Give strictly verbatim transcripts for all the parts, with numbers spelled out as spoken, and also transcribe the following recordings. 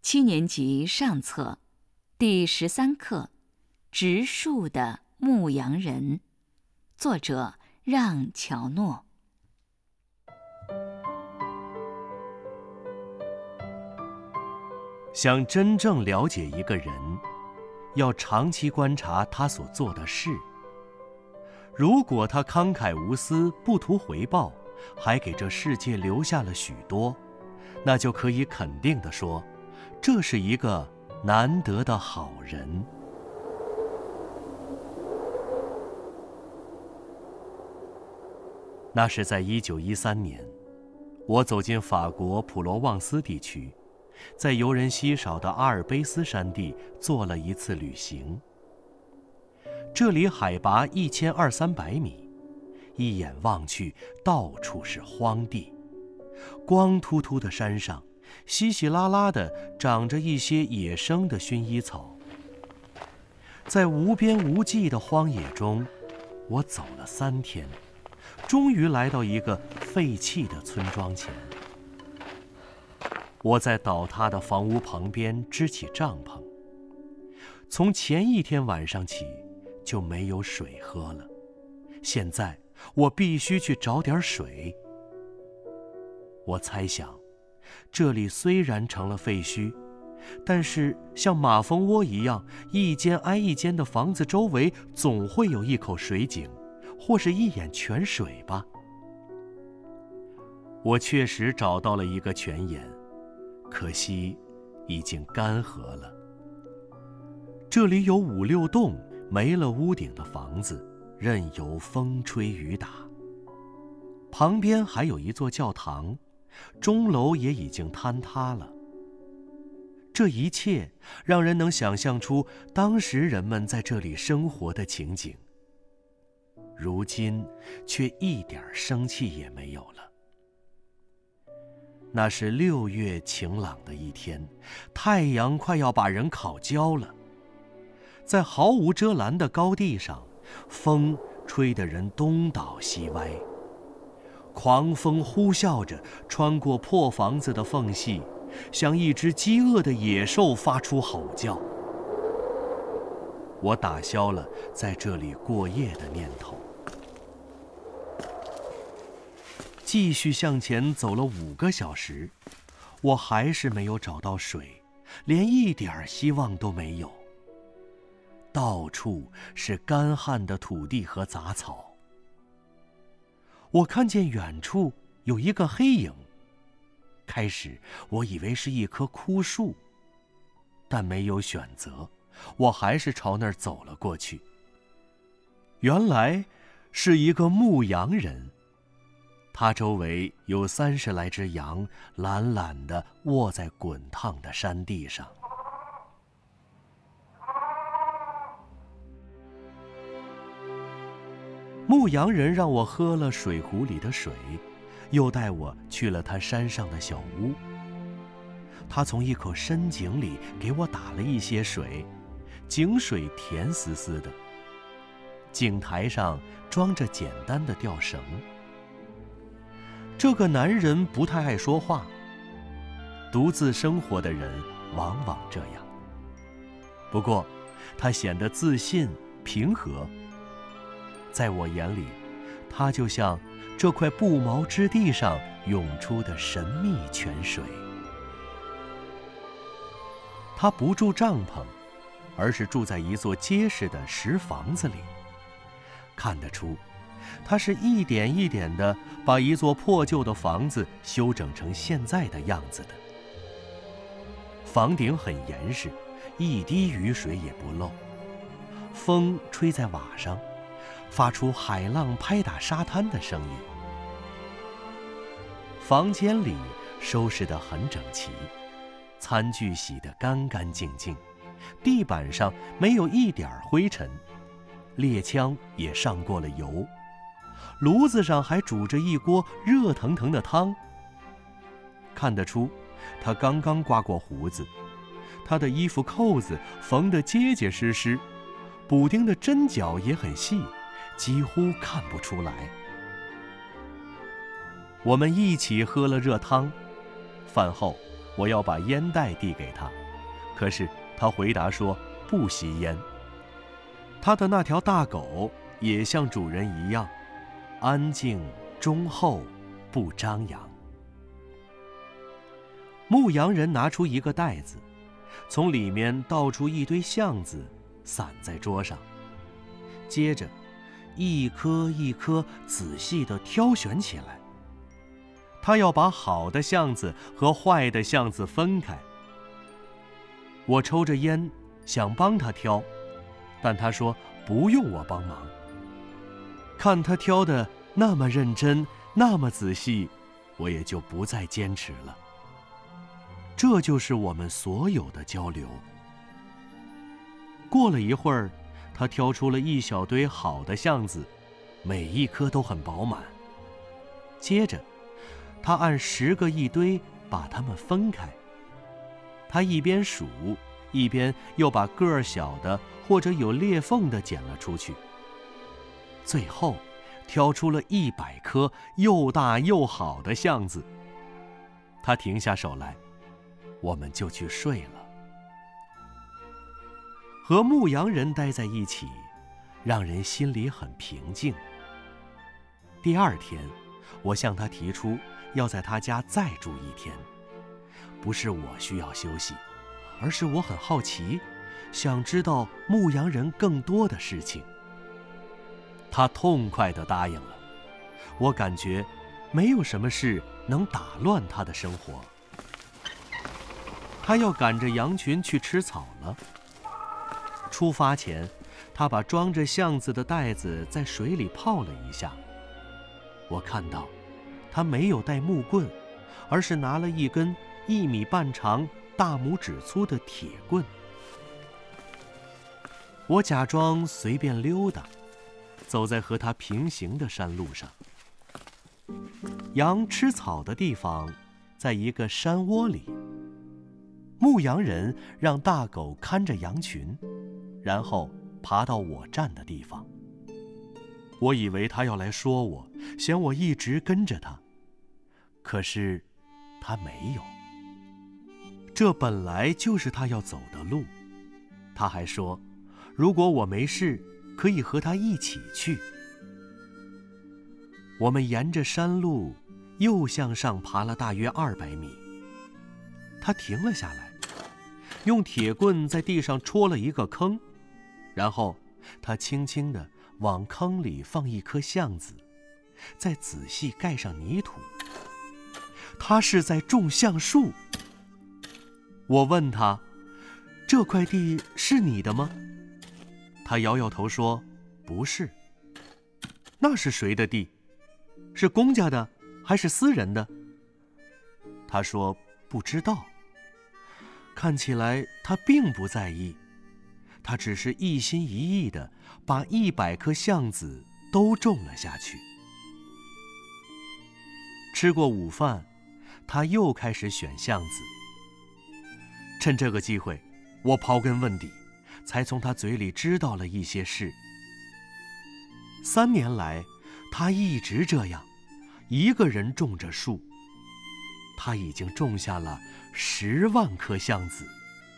七年级上册第十三课植树的牧羊人，作者让·乔诺。 想真正了解一个人，要长期观察他所做的事。如果他慷慨无私，不图回报，还给这世界留下了许多，那就可以肯定地说，这是一个难得的好人。那是在一九一三年，我走进法国普罗旺斯地区，在游人稀少的阿尔卑斯山地做了一次旅行。这里海拔一千二三百米，一眼望去到处是荒地，光秃秃的山上稀稀拉拉地长着一些野生的薰衣草。在无边无际的荒野中，我走了三天，终于来到一个废弃的村庄前。我在倒塌的房屋旁边支起帐篷。从前一天晚上起就没有水喝了，现在我必须去找点水。我猜想，这里虽然成了废墟，但是像马蜂窝一样，一间挨一间的房子周围总会有一口水井，或是一眼泉水吧。我确实找到了一个泉眼，可惜已经干涸了。这里有五六栋没了屋顶的房子，任由风吹雨打。旁边还有一座教堂，钟楼也已经坍塌了。这一切让人能想象出当时人们在这里生活的情景，如今却一点生气也没有了。那是六月晴朗的一天，太阳快要把人烤焦了。在毫无遮拦的高地上，风吹得人东倒西歪，狂风呼啸着穿过破房子的缝隙，像一只饥饿的野兽发出吼叫。我打消了在这里过夜的念头，继续向前走了五个小时，我还是没有找到水，连一点希望都没有。到处是干旱的土地和杂草。我看见远处有一个黑影，开始我以为是一棵枯树，但没有选择，我还是朝那儿走了过去。原来是一个牧羊人，他周围有三十来只羊，懒懒地卧在滚烫的山地上。牧羊人让我喝了水壶里的水，又带我去了他山上的小屋。他从一口深井里给我打了一些水，井水甜丝丝的，井台上装着简单的吊绳。这个男人不太爱说话，独自生活的人往往这样。不过他显得自信平和，在我眼里，它就像这块不毛之地上涌出的神秘泉水。他不住帐篷，而是住在一座结实的石房子里。看得出，他是一点一点地把一座破旧的房子修整成现在的样子的。房顶很严实，一滴雨水也不漏。风吹在瓦上，发出海浪拍打沙滩的声音。房间里收拾得很整齐，餐具洗得干干净净，地板上没有一点灰尘，猎枪也上过了油，炉子上还煮着一锅热腾腾的汤。看得出，他刚刚刮过胡子，他的衣服扣子缝得结结实实，补丁的针脚也很细，几乎看不出来。我们一起喝了热汤，饭后我要把烟袋递给他，可是他回答说不吸烟。他的那条大狗也像主人一样，安静忠厚，不张扬。牧羊人拿出一个袋子，从里面倒出一堆橡子，散在桌上，接着一颗一颗仔细地挑选起来。他要把好的橡子和坏的橡子分开。我抽着烟想帮他挑，但他说不用我帮忙。看他挑得那么认真，那么仔细，我也就不再坚持了。这就是我们所有的交流。过了一会儿，他挑出了一小堆好的橡子，每一颗都很饱满。接着他按十个一堆把它们分开。他一边数，一边又把个儿小的或者有裂缝的捡了出去。最后挑出了一百颗又大又好的橡子。他停下手来，我们就去睡了。和牧羊人待在一起，让人心里很平静。第二天，我向他提出要在他家再住一天。不是我需要休息，而是我很好奇，想知道牧羊人更多的事情。他痛快地答应了。我感觉没有什么事能打乱他的生活。他要赶着羊群去吃草了。出发前，他把装着橡子的袋子在水里泡了一下。我看到他没有带木棍，而是拿了一根一米半长、大拇指粗的铁棍。我假装随便溜达，走在和他平行的山路上。羊吃草的地方在一个山窝里。牧羊人让大狗看着羊群，然后爬到我站的地方。我以为他要来说我，嫌我一直跟着他，可是他没有。这本来就是他要走的路。他还说，如果我没事，可以和他一起去。我们沿着山路又向上爬了大约二百米。他停了下来，用铁棍在地上戳了一个坑，然后他轻轻地往坑里放一颗橡子，再仔细盖上泥土。他是在种橡树。我问他，这块地是你的吗？他摇摇头说，不是。那是谁的地？是公家的还是私人的？他说不知道。看起来他并不在意，他只是一心一意地把一百颗橡子都种了下去。吃过午饭，他又开始选橡子。趁这个机会，我刨根问底，才从他嘴里知道了一些事。三年来，他一直这样，一个人种着树。他已经种下了十万颗橡子。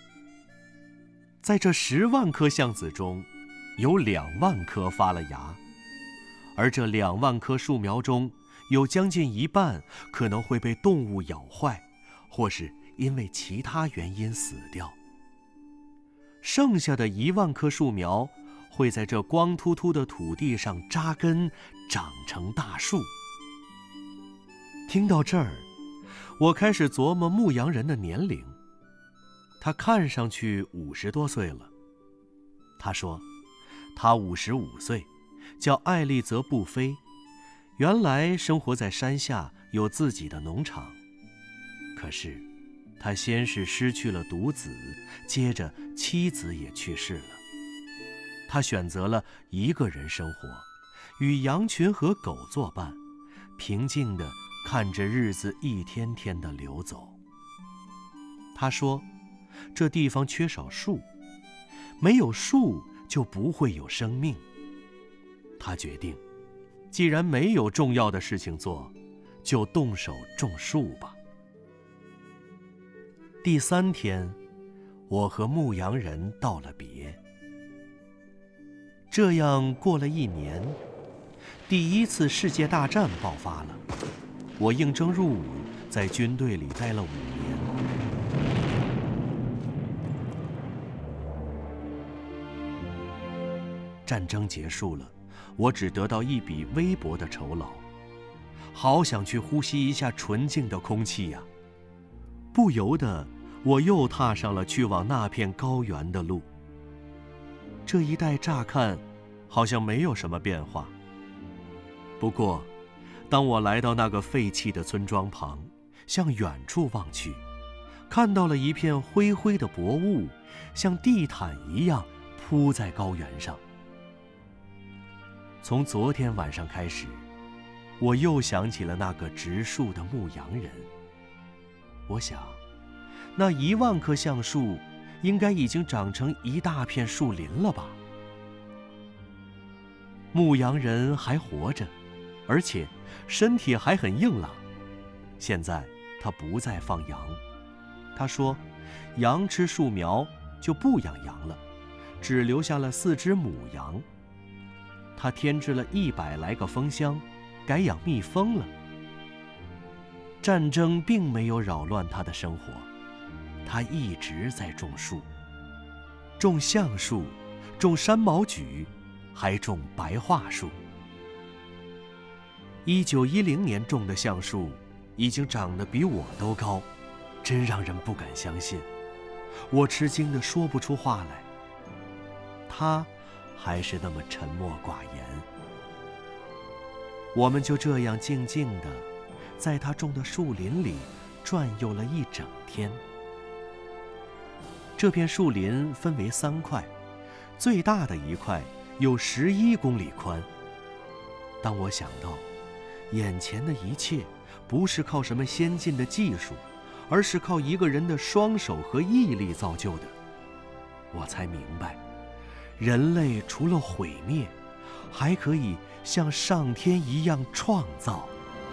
在这十万颗橡子中，有两万颗发了芽，而这两万棵树苗中，有将近一半可能会被动物咬坏，或是因为其他原因死掉。剩下的一万棵树苗会在这光秃秃的土地上扎根，长成大树。听到这儿，我开始琢磨牧羊人的年龄。他看上去五十多岁了。他说，他五十五岁，叫艾利泽布菲，原来生活在山下，有自己的农场。可是他先是失去了独子，接着妻子也去世了。他选择了一个人生活，与羊群和狗作伴，平静地看着日子一天天地流走。他说，这地方缺少树，没有树就不会有生命。他决定，既然没有重要的事情做，就动手种树吧。 第三天，我和牧羊人道了别。这样过了一年，第一次世界大战爆发了。我应征入伍，在军队里待了五年。战争结束了，我只得到一笔微薄的酬劳，好想去呼吸一下纯净的空气呀！不由得，我又踏上了去往那片高原的路。这一带乍看好像没有什么变化，不过当我来到那个废弃的村庄旁，向远处望去，看到了一片灰灰的薄雾，像地毯一样铺在高原上。从昨天晚上开始，我又想起了那个植树的牧羊人。我想，那一万棵橡树应该已经长成一大片树林了吧？牧羊人还活着，而且身体还很硬朗。现在他不再放羊，他说，羊吃树苗就不养羊了，只留下了四只母羊。他添置了一百来个蜂箱，改养蜜蜂了。战争并没有扰乱他的生活，他一直在种树，种橡树，种山毛榉，还种白桦树。一九一零年种的橡树已经长得比我都高，真让人不敢相信。我吃惊地说不出话来。他还是那么沉默寡言。我们就这样静静地在他种的树林里转悠了一整天。这片树林分为三块，最大的一块有十一公里宽。当我想到眼前的一切不是靠什么先进的技术，而是靠一个人的双手和毅力造就的，我才明白，人类除了毁灭，还可以像上天一样创造。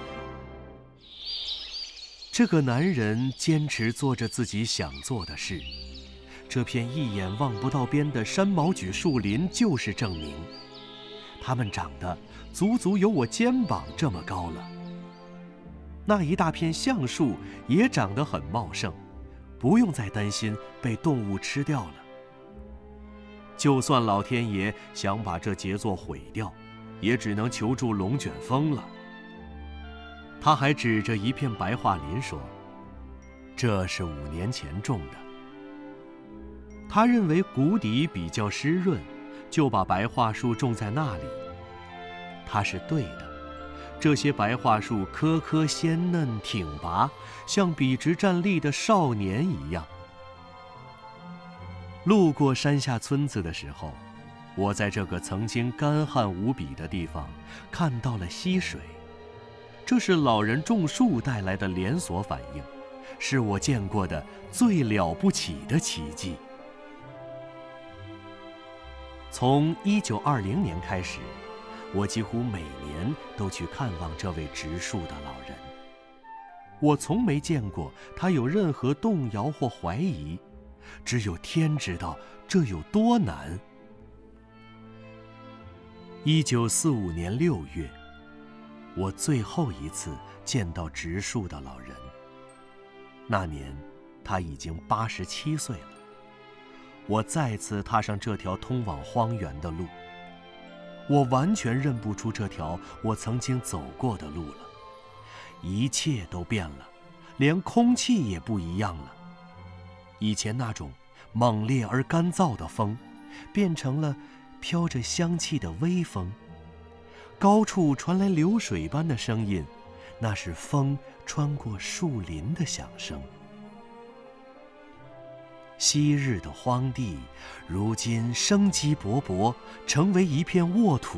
这个男人坚持做着自己想做的事，这片一眼望不到边的山毛榉树林就是证明。它们长得足足有我肩膀这么高了。那一大片橡树也长得很茂盛，不用再担心被动物吃掉了。就算老天爷想把这杰作毁掉，也只能求助龙卷风了。他还指着一片白桦林说，这是五年前种的。他认为谷底比较湿润，就把白桦树种在那里。他是对的，这些白桦树颗颗鲜嫩挺拔，像笔直站立的少年一样。路过山下村子的时候，我在这个曾经干旱无比的地方看到了溪水。这是老人种树带来的连锁反应，是我见过的最了不起的奇迹。从一九二零年开始，我几乎每年都去看望这位植树的老人。我从没见过他有任何动摇或怀疑，只有天知道这有多难。一九四五年六月，我最后一次见到植树的老人。那年他已经八十七岁了。我再次踏上这条通往荒原的路，我完全认不出这条我曾经走过的路了。一切都变了，连空气也不一样了。以前那种猛烈而干燥的风，变成了飘着香气的微风。高处传来流水般的声音，那是风穿过树林的响声。昔日的荒地，如今生机勃勃，成为一片沃土。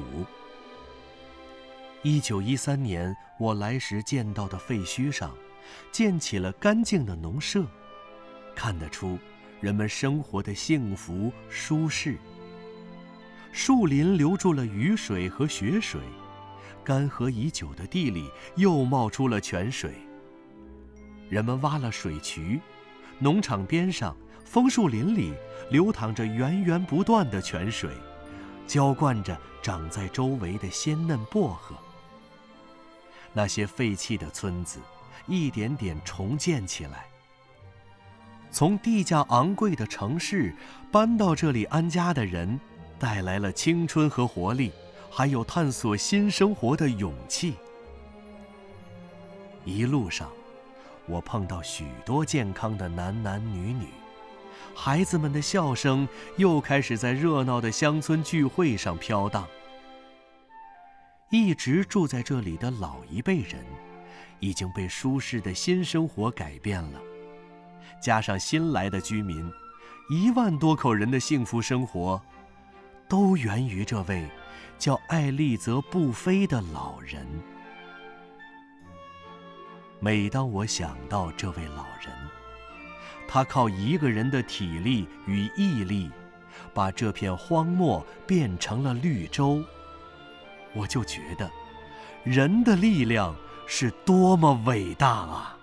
一九一三年，我来时见到的废墟上，建起了干净的农舍，看得出人们生活的幸福舒适。树林留住了雨水和雪水，干涸已久的地里又冒出了泉水。人们挖了水渠， 农场边上，枫树林里流淌着源源不断的泉水，浇灌着长在周围的鲜嫩薄荷。那些废弃的村子一点点重建起来。从地价昂贵的城市搬到这里安家的人，带来了青春和活力，还有探索新生活的勇气。一路上，我碰到许多健康的男男女女，孩子们的笑声又开始在热闹的乡村聚会上飘荡。一直住在这里的老一辈人，已经被舒适的新生活改变了，加上新来的居民，一万多口人的幸福生活，都源于这位叫艾丽泽·布菲的老人。每当我想到这位老人，他靠一个人的体力与毅力，把这片荒漠变成了绿洲，我就觉得人的力量是多么伟大啊！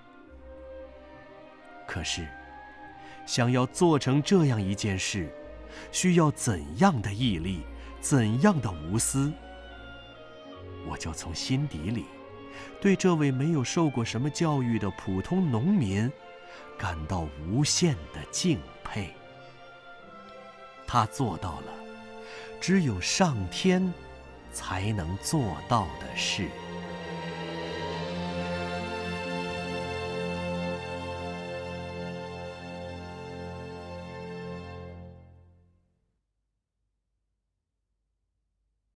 可是，想要做成这样一件事，需要怎样的毅力，怎样的无私？我就从心底里对这位没有受过什么教育的普通农民感到无限的敬佩。他做到了只有上天才能做到的事。